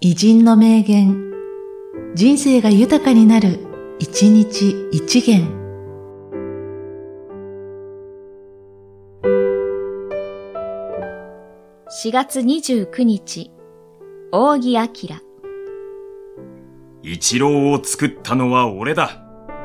偉人の名言、人生が豊かになる、一日一元。 4月29日、仰木彬。 イチローを作ったのは俺だ。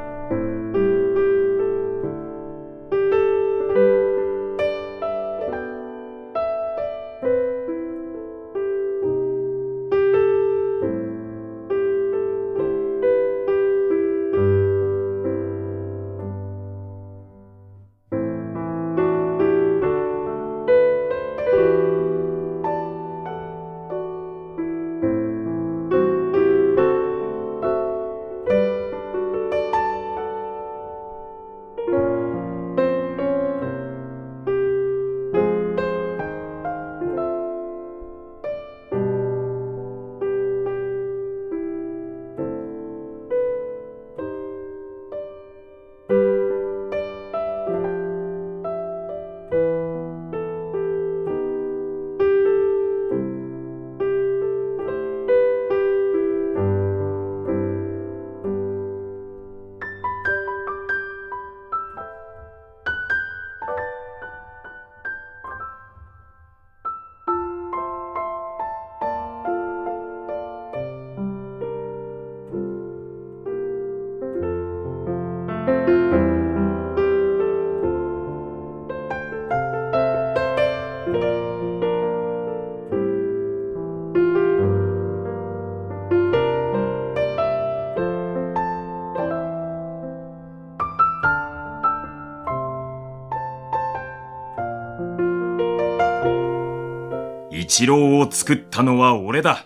イチローを作ったのは俺だ。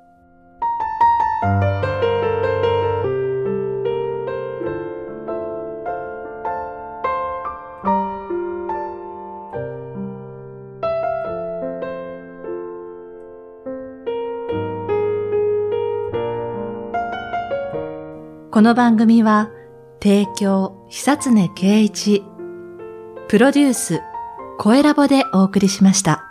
この番組は提供久常圭一、プロデュース声ラボでお送りしました。